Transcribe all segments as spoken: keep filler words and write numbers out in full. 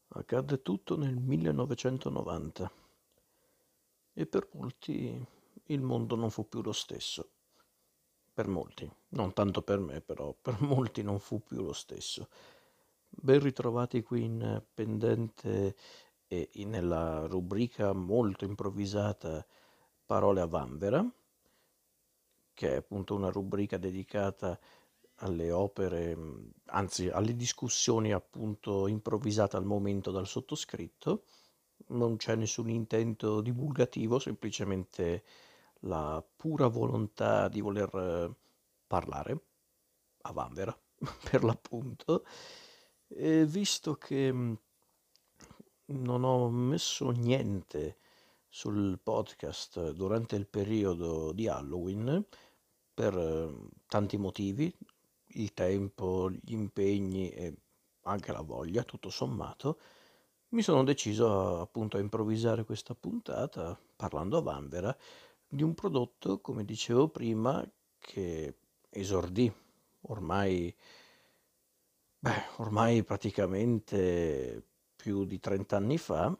Accadde tutto nel millenovecentonovanta e per molti il mondo non fu più lo stesso. Per molti, non tanto per me, però per molti non fu più lo stesso. Ben ritrovati qui in pendente e nella rubrica molto improvvisata Parole a Vanvera, che è appunto una rubrica dedicata alle opere, anzi alle discussioni appunto improvvisate al momento dal sottoscritto. Non c'è nessun intento divulgativo, semplicemente la pura volontà di voler eh, parlare a vanvera, per l'appunto. E visto che mh, non ho messo niente sul podcast durante il periodo di Halloween, per eh, tanti motivi, il tempo, gli impegni e anche la voglia, tutto sommato, mi sono deciso a- appunto a improvvisare questa puntata parlando a vanvera di un prodotto, come dicevo prima, che esordì ormai, beh, ormai praticamente più di trenta anni fa,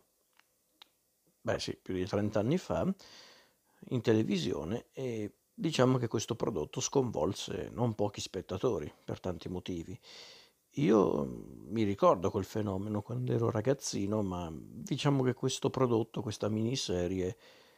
beh sì, più di trenta anni fa, in televisione, e diciamo che questo prodotto sconvolse non pochi spettatori per tanti motivi. Io mm, mi ricordo quel fenomeno quando ero ragazzino, ma diciamo che questo prodotto, questa miniserie,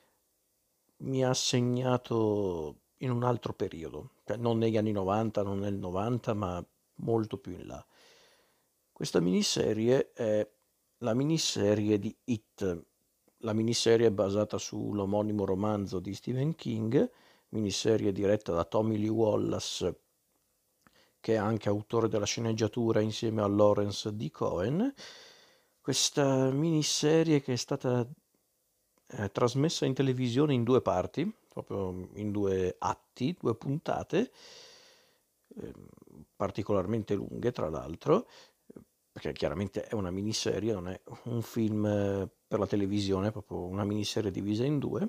mi ha segnato in un altro periodo, cioè non negli anni novanta, non nel novanta, ma molto più in là. Questa miniserie è la miniserie di It. La miniserie è basata sull'omonimo romanzo di Stephen King, miniserie diretta da Tommy Lee Wallace, che è anche autore della sceneggiatura insieme a Lawrence D. Cohen. Questa miniserie che è stata eh, trasmessa in televisione in due parti, proprio in due atti, due puntate, eh, particolarmente lunghe tra l'altro, perché chiaramente è una miniserie, non è un film eh, per la televisione, è proprio una miniserie divisa in due,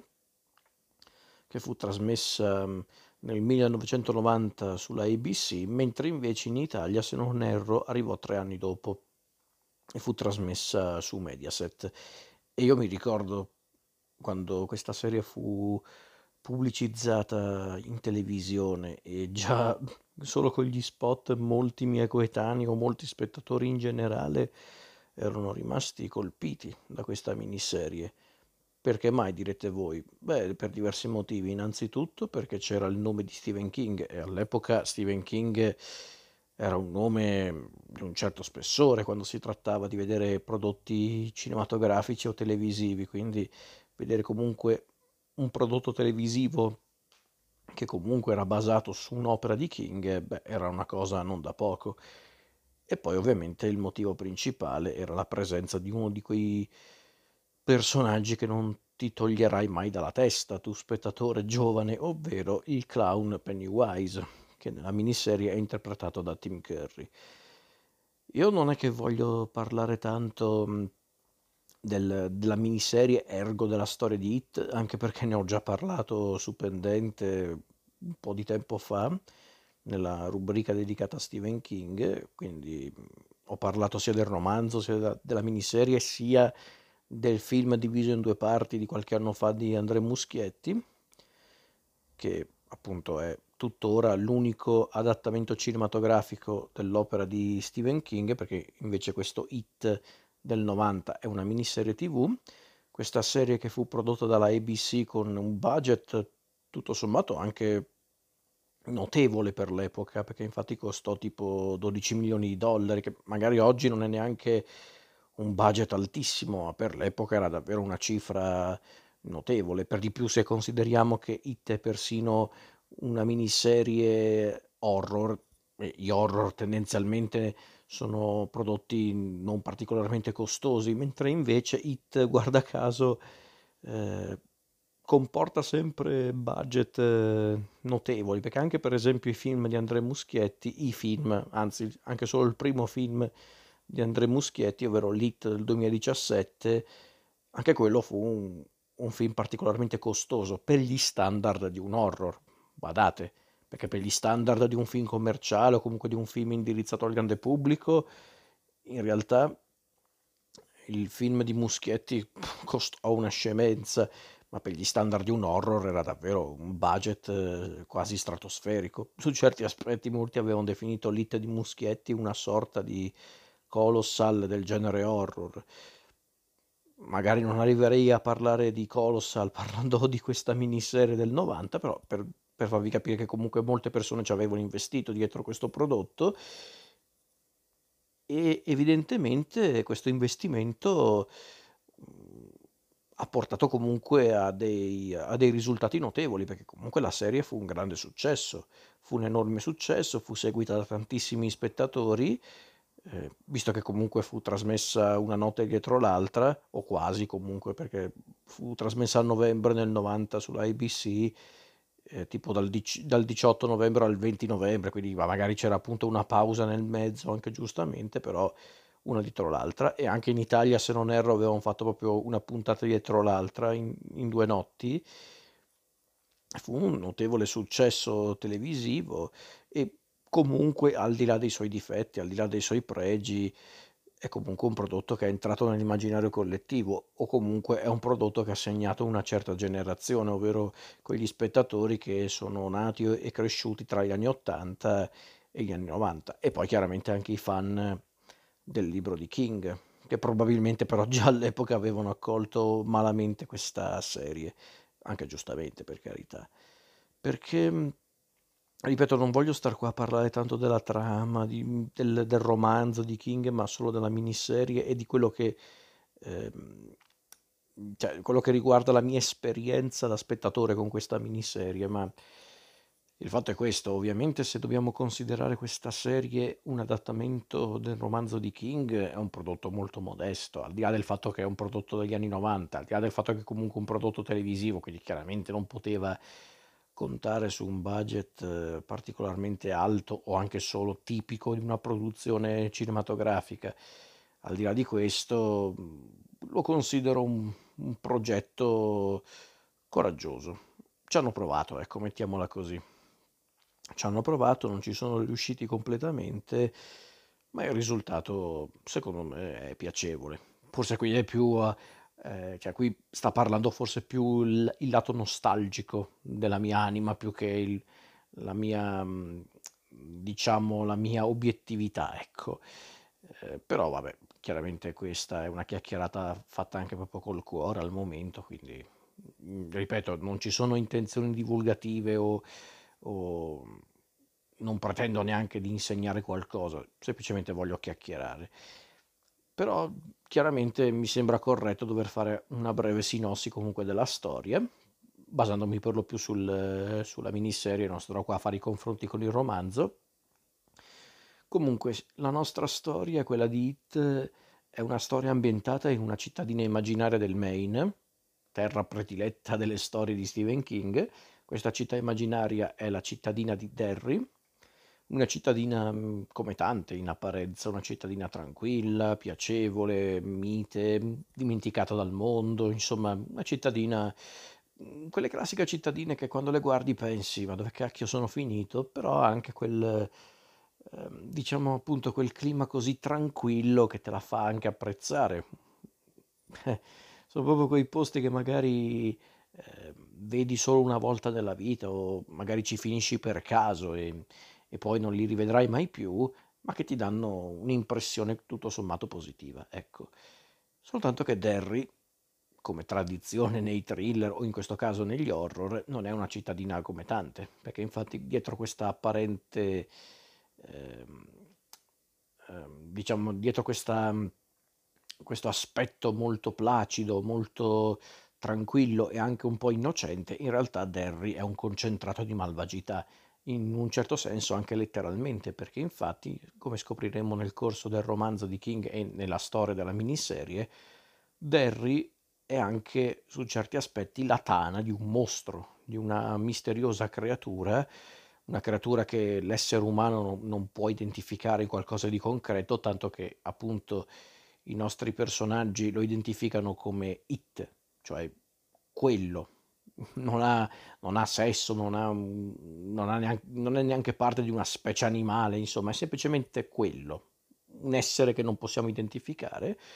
che fu trasmessa mh, nel millenovecentonovanta sulla A B C, mentre invece in Italia, se non erro, arrivò tre anni dopo e fu trasmessa su Mediaset. E io mi ricordo quando questa serie fu pubblicizzata in televisione e già solo con gli spot molti miei coetanei o molti spettatori in generale erano rimasti colpiti da questa miniserie. Perché mai direte voi? Beh, per diversi motivi. Innanzitutto perché c'era il nome di Stephen King e all'epoca Stephen King era un nome di un certo spessore quando si trattava di vedere prodotti cinematografici o televisivi, quindi vedere comunque un prodotto televisivo che comunque era basato su un'opera di King, beh, era una cosa non da poco. E poi ovviamente il motivo principale era la presenza di uno di quei personaggi che non ti toglierai mai dalla testa, tu spettatore giovane, ovvero il clown Pennywise, che nella miniserie è interpretato da Tim Curry. Io non è che voglio parlare tanto mh, del- della miniserie ergo della storia di Hit, anche perché ne ho già parlato su Pendente un po' di tempo fa, nella rubrica dedicata a Stephen King, quindi mh, ho parlato sia del romanzo, sia da- della miniserie, sia del film diviso in due parti di qualche anno fa di Andrea Muschietti, che appunto è tuttora l'unico adattamento cinematografico dell'opera di Stephen King, perché invece questo It del novanta è una miniserie T V. Questa serie che fu prodotta dalla A B C con un budget tutto sommato anche notevole per l'epoca, perché infatti costò tipo dodici milioni di dollari, che magari oggi non è neanche un budget altissimo, ma per l'epoca era davvero una cifra notevole, per di più se consideriamo che It è persino una miniserie horror, e gli horror tendenzialmente sono prodotti non particolarmente costosi, mentre invece It, guarda caso, eh, comporta sempre budget eh, notevoli, perché anche per esempio i film di Andrea Muschietti, i film, anzi anche solo il primo film di Andrea Muschietti, ovvero l'Hit del duemiladiciassette, anche quello fu un, un film particolarmente costoso per gli standard di un horror, badate, perché per gli standard di un film commerciale o comunque di un film indirizzato al grande pubblico, in realtà il film di Muschietti costò una scemenza, ma per gli standard di un horror era davvero un budget eh, quasi stratosferico. Su certi aspetti molti avevano definito l'hit di Muschietti una sorta di Colossal del genere horror. Magari non arriverei a parlare di Colossal parlando di questa miniserie del novanta, però per, per farvi capire che comunque molte persone ci avevano investito dietro questo prodotto e evidentemente questo investimento mh, ha portato comunque a dei, a dei risultati notevoli, perché comunque la serie fu un grande successo, fu un enorme successo, fu seguita da tantissimi spettatori, eh, visto che comunque fu trasmessa una notte dietro l'altra, o quasi comunque, perché fu trasmessa a novembre nel novanta sulla A B C, eh, tipo dal, dic- dal diciotto novembre al venti novembre, quindi ma magari c'era appunto una pausa nel mezzo, anche giustamente, però una dietro l'altra, e anche in Italia, se non erro, avevano fatto proprio una puntata dietro l'altra in, in due notti. Fu un notevole successo televisivo e comunque, al di là dei suoi difetti, al di là dei suoi pregi, è comunque un prodotto che è entrato nell'immaginario collettivo, o comunque è un prodotto che ha segnato una certa generazione, ovvero quegli spettatori che sono nati e cresciuti tra gli anni ottanta e gli anni novanta, e poi chiaramente anche i fan del libro di King, che probabilmente però già all'epoca avevano accolto malamente questa serie, anche giustamente, per carità. Perché, mh, ripeto, non voglio star qua a parlare tanto della trama, di- del, del romanzo di King, ma solo della miniserie e di quello che, ehm, cioè, quello che riguarda la mia esperienza da spettatore con questa miniserie, ma il fatto è questo: ovviamente se dobbiamo considerare questa serie un adattamento del romanzo di King, è un prodotto molto modesto, al di là del fatto che è un prodotto degli anni novanta, al di là del fatto che è comunque un prodotto televisivo, quindi chiaramente non poteva contare su un budget eh, particolarmente alto o anche solo tipico di una produzione cinematografica. Al di là di questo, mh, lo considero un, un progetto coraggioso. Ci hanno provato, ecco, mettiamola così. Ci hanno provato, non ci sono riusciti completamente, ma il risultato secondo me è piacevole. Forse qui è più, eh, cioè qui sta parlando forse più il, il lato nostalgico della mia anima, più che il- la mia, mh, diciamo, la mia obiettività, ecco. Eh, però vabbè, chiaramente questa è una chiacchierata fatta anche proprio col cuore al momento, quindi mh, ripeto, non ci sono intenzioni divulgative o o non pretendo neanche di insegnare qualcosa, semplicemente voglio chiacchierare. Però chiaramente mi sembra corretto dover fare una breve sinossi comunque della storia, basandomi per lo più sul, sulla miniserie, non starò qua a fare i confronti con il romanzo. Comunque, la nostra storia, quella di It, è una storia ambientata in una cittadina immaginaria del Maine, terra prediletta delle storie di Stephen King. Questa città immaginaria è la cittadina di Derry, una cittadina mh, come tante in apparenza, una cittadina tranquilla, piacevole, mite, dimenticata dal mondo, insomma, una cittadina, mh, quelle classiche cittadine che quando le guardi pensi, ma dove cacchio sono finito? Però ha anche quel, ehm, diciamo appunto, quel clima così tranquillo che te la fa anche apprezzare. Eh, sono proprio quei posti che magari eh, vedi solo una volta nella vita o magari ci finisci per caso e, e poi non li rivedrai mai più, ma che ti danno un'impressione tutto sommato positiva. Ecco, soltanto che Derry, come tradizione nei thriller o in questo caso negli horror, non è una cittadina come tante, perché infatti dietro questa apparente, ehm, ehm, diciamo, dietro questa questo aspetto molto placido, molto tranquillo e anche un po' innocente, in realtà Derry è un concentrato di malvagità, in un certo senso anche letteralmente, perché infatti, come scopriremo nel corso del romanzo di King e nella storia della miniserie, Derry è anche su certi aspetti la tana di un mostro, di una misteriosa creatura, una creatura che l'essere umano non, non può identificare in qualcosa di concreto, tanto che appunto i nostri personaggi lo identificano come it, cioè quello. Non ha, non ha sesso, non, ha, un- non, ha neanche, non è neanche parte di una specie animale, insomma, è semplicemente quello, un essere che non possiamo identificare,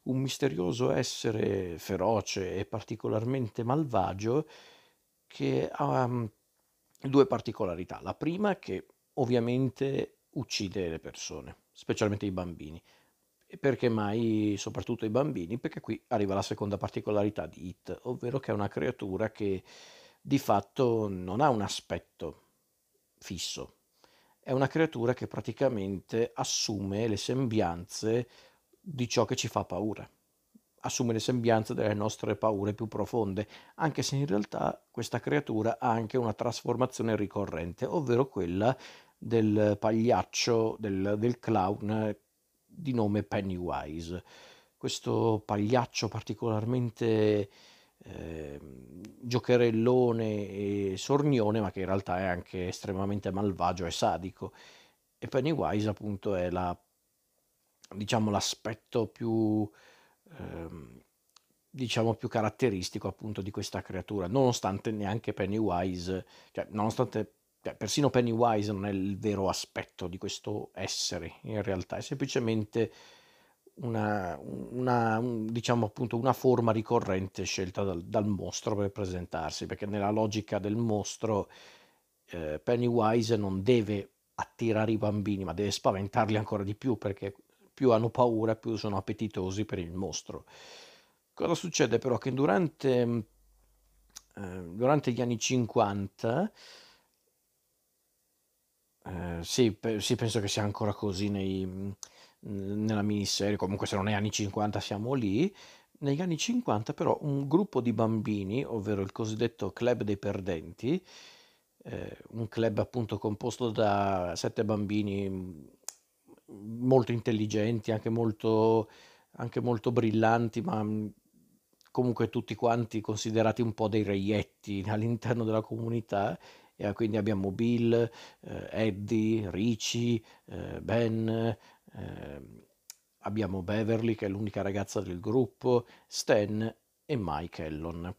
un misterioso essere feroce e particolarmente malvagio che ha mm, due particolarità. La prima è che ovviamente uccide le persone, specialmente i bambini. E perché mai soprattutto i bambini? Perché qui arriva la seconda particolarità di It, ovvero che è una creatura che di fatto non ha un aspetto fisso. È una creatura che praticamente assume le sembianze di ciò che ci fa paura. Assume le sembianze delle nostre paure più profonde, anche se in realtà questa creatura ha anche una trasformazione ricorrente, ovvero quella del pagliaccio, del, del clown di nome Pennywise. Questo pagliaccio particolarmente eh, giocherellone e sornione, ma che in realtà è anche estremamente malvagio e sadico. E Pennywise appunto è la, diciamo, l'aspetto più, ehm, diciamo, più caratteristico appunto di questa creatura, nonostante neanche Pennywise, cioè nonostante cioè, persino Pennywise non è il vero aspetto di questo essere, in realtà è semplicemente una, una, un- diciamo appunto una forma ricorrente scelta dal, dal mostro per presentarsi, perché nella logica del mostro eh, Pennywise non deve attirare i bambini, ma deve spaventarli ancora di più, perché più hanno paura, più sono appetitosi per il mostro. Cosa succede però? Che durante, eh, durante gli anni cinquanta, eh, sì, pe- sì, penso che sia ancora così nei, mh, nella miniserie, comunque se non è anni cinquanta siamo lì. Negli anni cinquanta però un gruppo di bambini, ovvero il cosiddetto Club dei Perdenti, eh, un club appunto composto da sette bambini mh, molto intelligenti, anche molto, anche molto brillanti, ma mh, comunque tutti quanti considerati un po' dei reietti all'interno della comunità. E quindi abbiamo Bill, eh, Eddie, Richie, eh, Ben, eh, abbiamo Beverly che è l'unica ragazza del gruppo, Stan e Mike Ellon.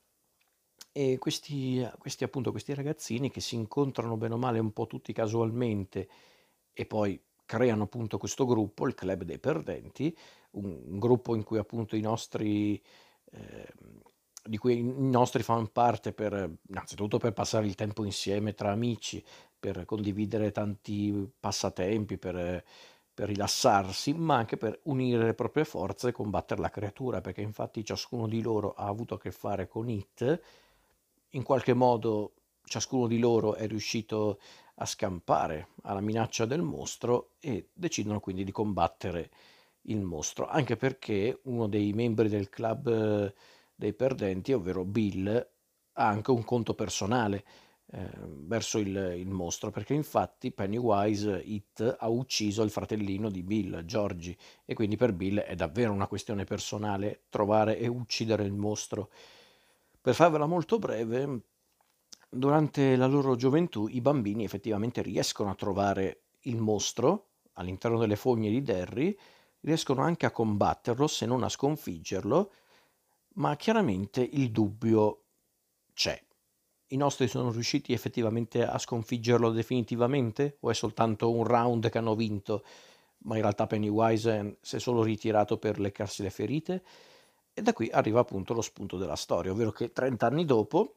E questi, questi appunto questi ragazzini che si incontrano bene o male un po' tutti casualmente e poi creano appunto questo gruppo, il Club dei Perdenti, un, un gruppo in cui appunto i nostri eh, di cui i nostri fanno parte per, innanzitutto per passare il tempo insieme tra amici, per condividere tanti passatempi, per, per rilassarsi, ma anche per unire le proprie forze e combattere la creatura, perché infatti ciascuno di loro ha avuto a che fare con It, in qualche modo ciascuno di loro è riuscito a scampare alla minaccia del mostro e decidono quindi di combattere il mostro, anche perché uno dei membri del club eh, dei perdenti, ovvero Bill, ha anche un conto personale eh, verso il, il mostro, perché infatti Pennywise It ha ucciso il fratellino di Bill, Georgie, e quindi per Bill è davvero una questione personale trovare e uccidere il mostro. Per farvela molto breve, durante la loro gioventù i bambini effettivamente riescono a trovare il mostro all'interno delle fogne di Derry, riescono anche a combatterlo, se non a sconfiggerlo, ma chiaramente il dubbio c'è. I nostri sono riusciti effettivamente a sconfiggerlo definitivamente o è soltanto un round che hanno vinto, ma in realtà Pennywise si è solo ritirato per leccarsi le ferite? E da qui arriva appunto lo spunto della storia, ovvero che trenta anni dopo,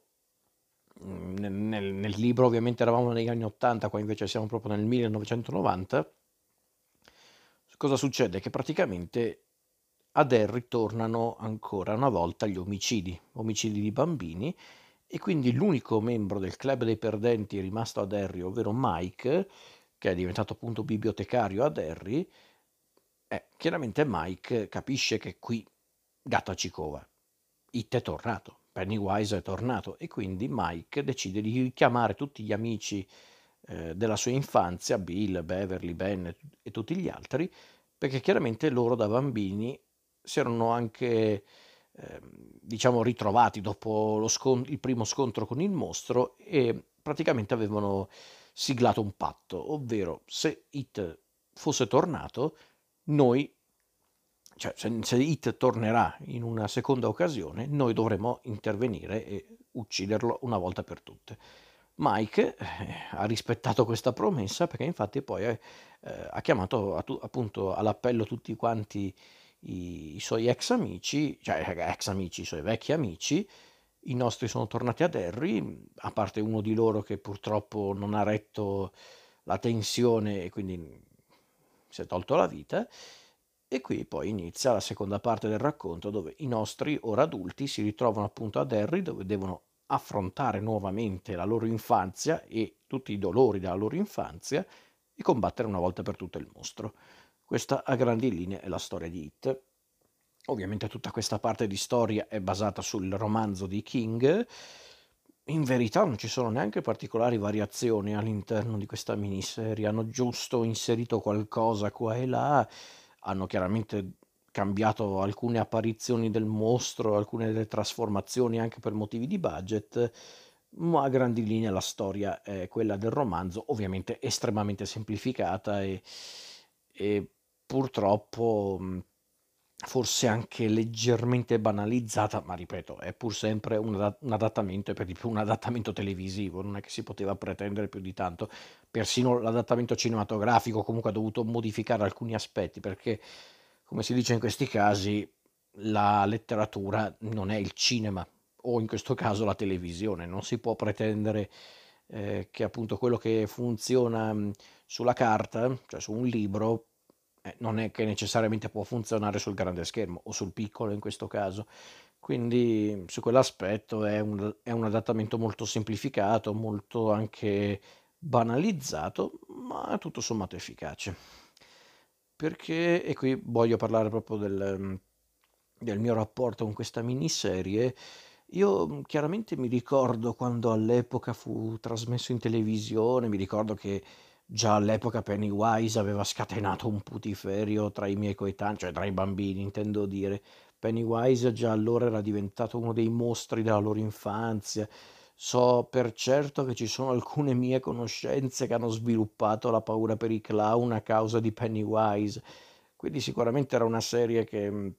mm, nel, nel- nel libro ovviamente eravamo negli anni ottanta, qua invece siamo proprio nel millenovecentonovanta, cosa succede? Che praticamente a Derry tornano ancora una volta gli omicidi, omicidi di bambini, e quindi l'unico membro del club dei perdenti rimasto a Derry, ovvero Mike, che è diventato appunto bibliotecario a Derry, eh, chiaramente Mike capisce che qui gatta ci cova. It è tornato, Pennywise è tornato e quindi Mike decide di chiamare tutti gli amici eh, della sua infanzia, Bill, Beverly, Ben e, e tutti gli altri, perché chiaramente loro da bambini si erano anche, eh, diciamo, ritrovati dopo lo scon- il primo scontro con il mostro e praticamente avevano siglato un patto, ovvero se It fosse tornato, noi, cioè se, se It tornerà in una seconda occasione, noi dovremo intervenire e ucciderlo una volta per tutte. Mike eh, ha rispettato questa promessa perché infatti poi eh, eh, ha chiamato a tu- appunto all'appello tutti quanti i, i suoi ex amici, cioè ex amici, i suoi vecchi amici. I nostri sono tornati a Derry, a parte uno di loro che purtroppo non ha retto la tensione e quindi si è tolto la vita. E qui poi inizia la seconda parte del racconto dove i nostri, ora adulti, si ritrovano appunto a Derry dove devono affrontare nuovamente la loro infanzia e tutti i dolori della loro infanzia e combattere una volta per tutte il mostro. Questa a grandi linee è la storia di It. Ovviamente tutta questa parte di storia è basata sul romanzo di King. In verità non ci sono neanche particolari variazioni all'interno di questa miniserie, hanno giusto inserito qualcosa qua e là, hanno chiaramente cambiato alcune apparizioni del mostro, alcune delle trasformazioni anche per motivi di budget, ma a grandi linee la storia è quella del romanzo, ovviamente estremamente semplificata e, e purtroppo mh, forse anche leggermente banalizzata, ma ripeto, è pur sempre un, ada- un adattamento e per di più un adattamento televisivo, non è che si poteva pretendere più di tanto. Persino l'adattamento cinematografico comunque ha dovuto modificare alcuni aspetti perché, come si dice in questi casi, la letteratura non è il cinema o in questo caso la televisione, non si può pretendere eh, che appunto quello che funziona mh, sulla carta, cioè su un libro, eh, non è che necessariamente può funzionare sul grande schermo o sul piccolo in questo caso. Quindi su quell'aspetto è un, è un adattamento molto semplificato, molto anche banalizzato, ma tutto sommato efficace. Perché, e qui voglio parlare proprio del, del mio rapporto con questa miniserie, io mh, chiaramente mi ricordo quando all'epoca fu trasmesso in televisione, mi ricordo che già all'epoca Pennywise aveva scatenato un putiferio tra i miei coetanei, cioè tra i bambini, intendo dire. Pennywise già allora era diventato uno dei mostri della loro infanzia. So per certo che ci sono alcune mie conoscenze che hanno sviluppato la paura per i clown a causa di Pennywise. Quindi sicuramente era una serie che, mh,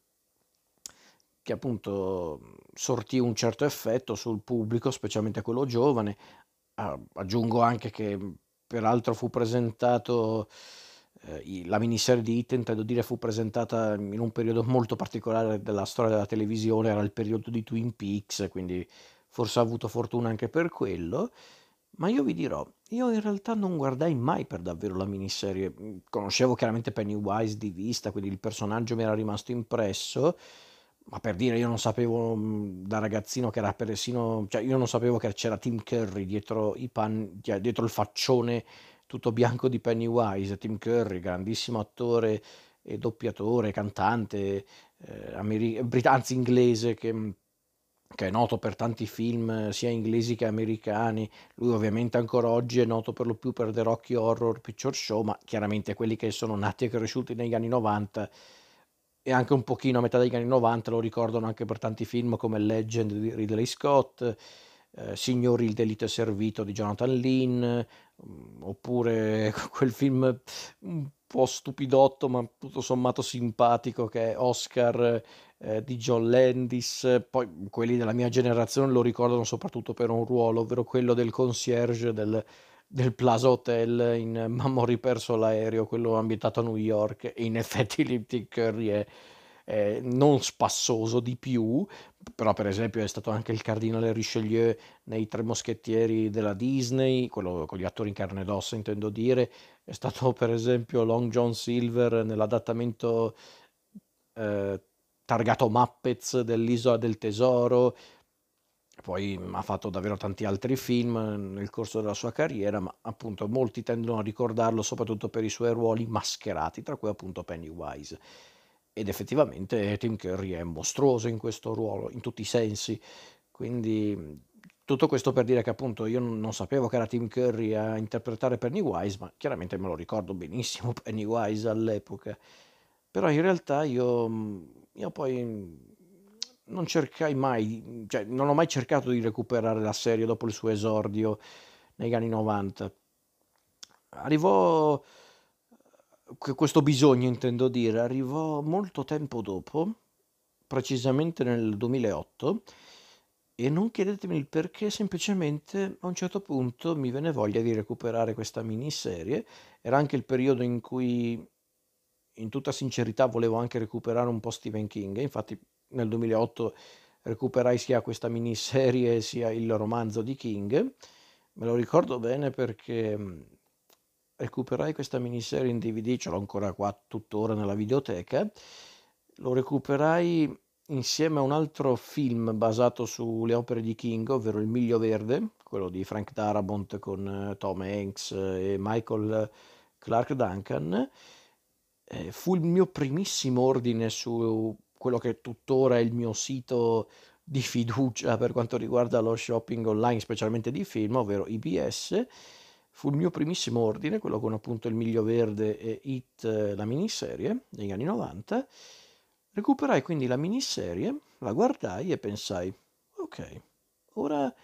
che appunto mh, sortì un certo effetto sul pubblico, specialmente quello giovane. Ah, aggiungo anche che mh, peraltro fu presentato, eh, i- la miniserie di It, intendo dire, fu presentata in un periodo molto particolare della storia della televisione, era il periodo di Twin Peaks, quindi forse ha avuto fortuna anche per quello. Ma io vi dirò, io in realtà non guardai mai per davvero la miniserie. Mm, Conoscevo chiaramente Pennywise di vista, quindi il personaggio mi era rimasto impresso, ma per dire, io non sapevo mm, da ragazzino che era persino, cioè io non sapevo che c'era Tim Curry dietro i pan, cioè, dietro il faccione tutto bianco di Pennywise. Tim Curry, grandissimo attore e doppiatore, cantante, eh, ameri- brit- anzi inglese, che mm, che è noto per tanti film eh, sia inglesi che americani. Lui ovviamente ancora oggi è noto per lo più per The Rocky Horror Picture Show, ma chiaramente quelli che sono nati e cresciuti negli anni novanta e anche un pochino a metà degli anni novanta lo ricordano anche per tanti film come Legend di Ridley Scott, eh, Signori il delitto è servito di Jonathan Lean, mm, oppure quel film un po' stupidotto ma tutto sommato simpatico che è Oscar, eh, di John Landis. Poi quelli della mia generazione lo ricordano soprattutto per un ruolo, ovvero quello del concierge del, del Plaza Hotel in Mamma ho riperso l'aereo, quello ambientato a New York, e in effetti Lip Curry è, è non spassoso di più, però per esempio è stato anche il cardinale Richelieu nei Tre Moschettieri della Disney, quello con gli attori in carne ed ossa intendo dire, è stato per esempio Long John Silver nell'adattamento eh, targato Muppets dell'Isola del Tesoro. Poi mm, ha fatto davvero tanti altri film nel corso della sua carriera, ma appunto molti tendono a ricordarlo soprattutto per i suoi ruoli mascherati, tra cui appunto Pennywise. Ed effettivamente Tim Curry è mostruoso in questo ruolo, in tutti i sensi. Quindi mm, tutto questo per dire che appunto io non non sapevo che era Tim Curry a interpretare Pennywise, ma chiaramente me lo ricordo benissimo Pennywise all'epoca. Però in realtà io, mm, io poi mm, non cercai mai, cioè non ho mai cercato di recuperare la serie dopo il suo esordio negli anni novanta. Arrivò, que- questo bisogno intendo dire, arrivò molto tempo dopo, precisamente nel duemilaotto, e non chiedetemi il perché, semplicemente a un certo punto mi venne voglia di recuperare questa miniserie. Era anche il periodo in cui in tutta sincerità volevo anche recuperare un po' Stephen King, e infatti nel duemilaotto recuperai sia questa miniserie sia il romanzo di King. Me lo ricordo bene perché mh, recuperai questa miniserie in D V D, ce l'ho ancora qua tuttora nella videoteca. Lo recuperai insieme a un altro film basato sulle opere di King, ovvero Il Miglio Verde, quello di Frank Darabont con eh, Tom Hanks eh, e Michael Clark Duncan. Eh, fu il mio primissimo ordine su quello che tuttora è il mio sito di fiducia per quanto riguarda lo shopping online, specialmente di film, ovvero I B S. Fu il mio primissimo ordine, quello con appunto Il Miglio Verde e It, eh, la miniserie degli anni novanta. Recuperai quindi la miniserie, la guardai e pensai, ok, ora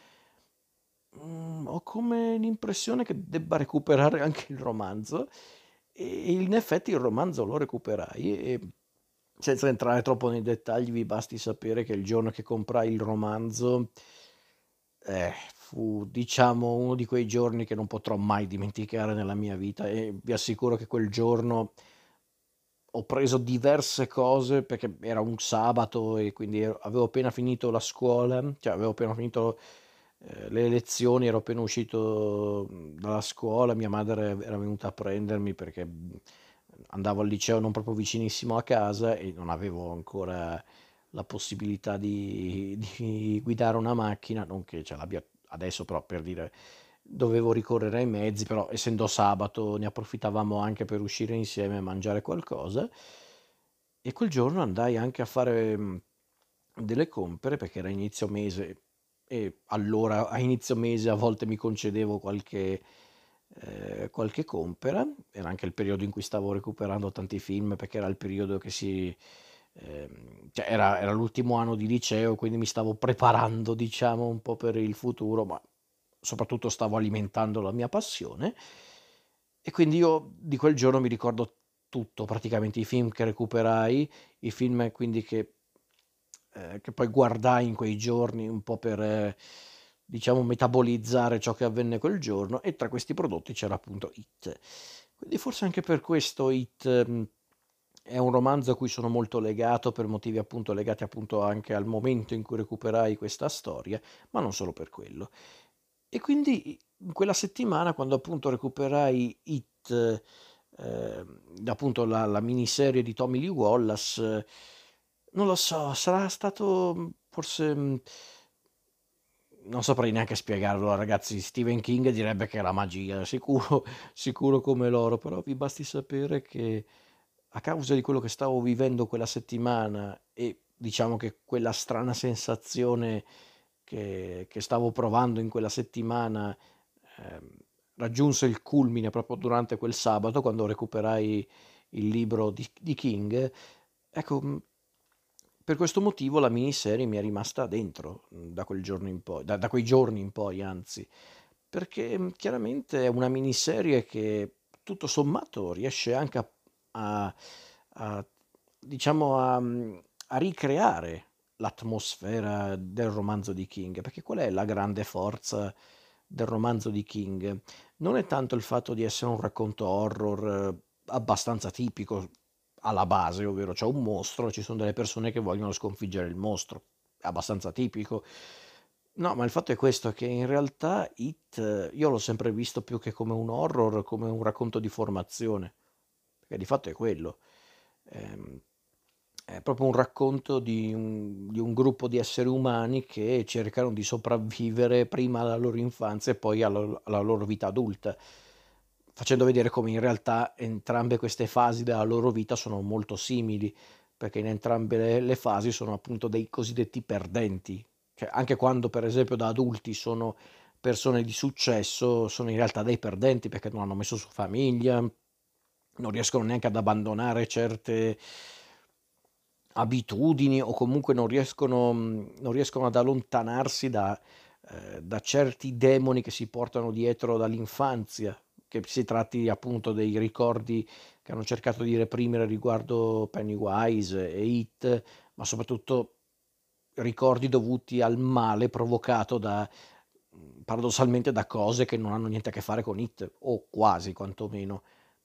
mm, ho come l'impressione che debba recuperare anche il romanzo, e in effetti il romanzo lo recuperai, e senza entrare troppo nei dettagli vi basti sapere che il giorno che comprai il romanzo eh, fu, diciamo, uno di quei giorni che non potrò mai dimenticare nella mia vita, e vi assicuro che quel giorno ho preso diverse cose perché era un sabato e quindi ero- avevo appena finito la scuola, cioè avevo appena finito eh, le lezioni, ero appena uscito mh, dalla scuola, mia madre era venuta a prendermi perché mh, andavo al liceo non proprio vicinissimo a casa e non avevo ancora la possibilità di, di guidare una macchina, non che ce l'abbia adesso, però per dire dovevo ricorrere ai mezzi, però essendo sabato ne approfittavamo anche per uscire insieme a mangiare qualcosa, e quel giorno andai anche a fare mh, delle compere perché era inizio mese, e allora a inizio mese a volte mi concedevo qualche, eh, qualche compera. Era anche il periodo in cui stavo recuperando tanti film perché era il periodo che si... ehm, cioè era, era l'ultimo anno di liceo, quindi mi stavo preparando, diciamo, un po' per il futuro, ma soprattutto stavo alimentando la mia passione. E quindi io di quel giorno mi ricordo tutto, praticamente i film che recuperai, i film quindi che, eh, che poi guardai in quei giorni un po' per, eh, diciamo, metabolizzare ciò che avvenne quel giorno, e tra questi prodotti c'era appunto It. Quindi forse anche per questo It ehm, è un romanzo a cui sono molto legato, per motivi appunto legati appunto anche al momento in cui recuperai questa storia, ma non solo per quello. E quindi in quella settimana, quando appunto recuperai It, eh, appunto la, la miniserie di Tommy Lee Wallace, eh, non lo so, sarà stato mm, forse, mm, non saprei neanche spiegarlo, ragazzi. Stephen King direbbe che è la magia, sicuro, sicuro come loro, però vi basti sapere che a causa di quello che stavo vivendo quella settimana, e diciamo che quella strana sensazione che, che stavo provando in quella settimana ehm, raggiunse il culmine proprio durante quel sabato quando recuperai il libro di, di King. Ecco, mh, per questo motivo la miniserie mi è rimasta dentro mh, da quel giorno in poi, da, da quei giorni in poi, anzi, perché mh, chiaramente è una miniserie che tutto sommato riesce anche a, a- a, diciamo a, mh, a ricreare l'atmosfera del romanzo di King, perché qual è la grande forza del romanzo di King? Non è tanto il fatto di essere un racconto horror eh, abbastanza tipico alla base, ovvero c'è un mostro, ci sono delle persone che vogliono sconfiggere il mostro, è abbastanza tipico. No, ma il fatto è questo, che in realtà It, eh, io l'ho sempre visto più che come un horror, come un racconto di formazione, perché di fatto è quello. Ehm, è proprio un racconto di un, di un gruppo di esseri umani che cercano di sopravvivere prima alla loro infanzia e poi alla, alla loro vita adulta, facendo vedere come in realtà entrambe queste fasi della loro vita sono molto simili, perché in entrambe le, le fasi sono appunto dei cosiddetti perdenti. Cioè, anche quando per esempio da adulti sono persone di successo, sono in realtà dei perdenti perché non hanno messo su famiglia, non riescono neanche ad abbandonare certe abitudini, o comunque non riescono, mh, non riescono ad allontanarsi da, eh, da certi demoni che si portano dietro dall'infanzia, che si tratti appunto dei ricordi che hanno cercato di reprimere riguardo Pennywise e It, ma soprattutto ricordi dovuti al male provocato da, paradossalmente, da cose che non hanno niente a che fare con It, o quasi quantomeno,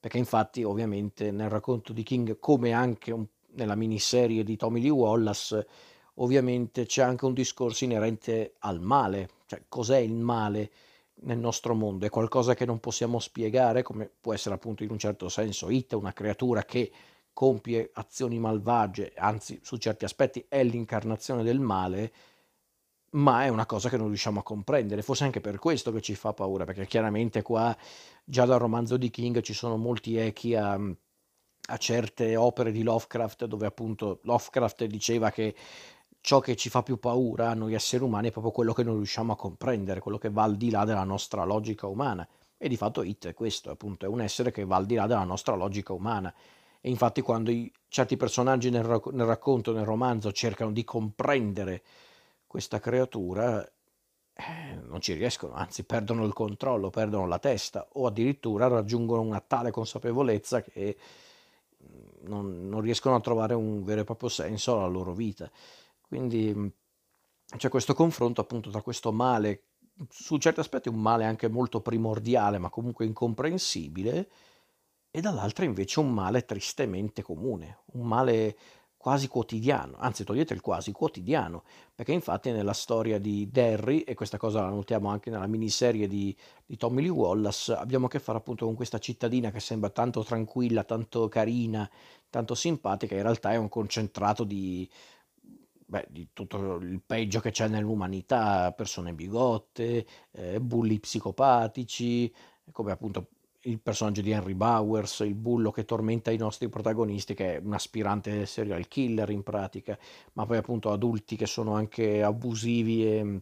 perché infatti ovviamente nel racconto di King, come anche un nella miniserie di Tommy Lee Wallace, ovviamente c'è anche un discorso inerente al male, cioè cos'è il male nel nostro mondo? È qualcosa che non possiamo spiegare, come può essere appunto in un certo senso It, una creatura che compie azioni malvagie, anzi su certi aspetti è l'incarnazione del male, ma è una cosa che non riusciamo a comprendere. Forse anche per questo che ci fa paura, perché chiaramente qua già dal romanzo di King ci sono molti echi a, a certe opere di Lovecraft, dove appunto Lovecraft diceva che ciò che ci fa più paura a noi esseri umani è proprio quello che non riusciamo a comprendere, quello che va al di là della nostra logica umana. E di fatto It è questo, appunto, è un essere che va al di là della nostra logica umana. E infatti quando i, certi personaggi nel, rac- nel racconto, nel romanzo, cercano di comprendere questa creatura, eh, non ci riescono, anzi perdono il controllo, perdono la testa o addirittura raggiungono una tale consapevolezza che mm, non, non riescono a trovare un vero e proprio senso alla loro vita. Quindi mm, c'è questo confronto appunto tra questo male, su certi aspetti un male anche molto primordiale, ma comunque incomprensibile, e dall'altra invece un male tristemente comune, un male quasi quotidiano, anzi togliete il quasi quotidiano, perché infatti nella storia di Derry, e questa cosa la notiamo anche nella miniserie di, di Tommy Lee Wallace, abbiamo a che fare appunto con questa cittadina che sembra tanto tranquilla, tanto carina, tanto simpatica, in realtà è un concentrato di, beh, di tutto il peggio che c'è nell'umanità, persone bigotte, eh, bulli psicopatici, come appunto il personaggio di Henry Bowers, il bullo che tormenta i nostri protagonisti, che è un aspirante serial killer in pratica, ma poi appunto adulti che sono anche abusivi e,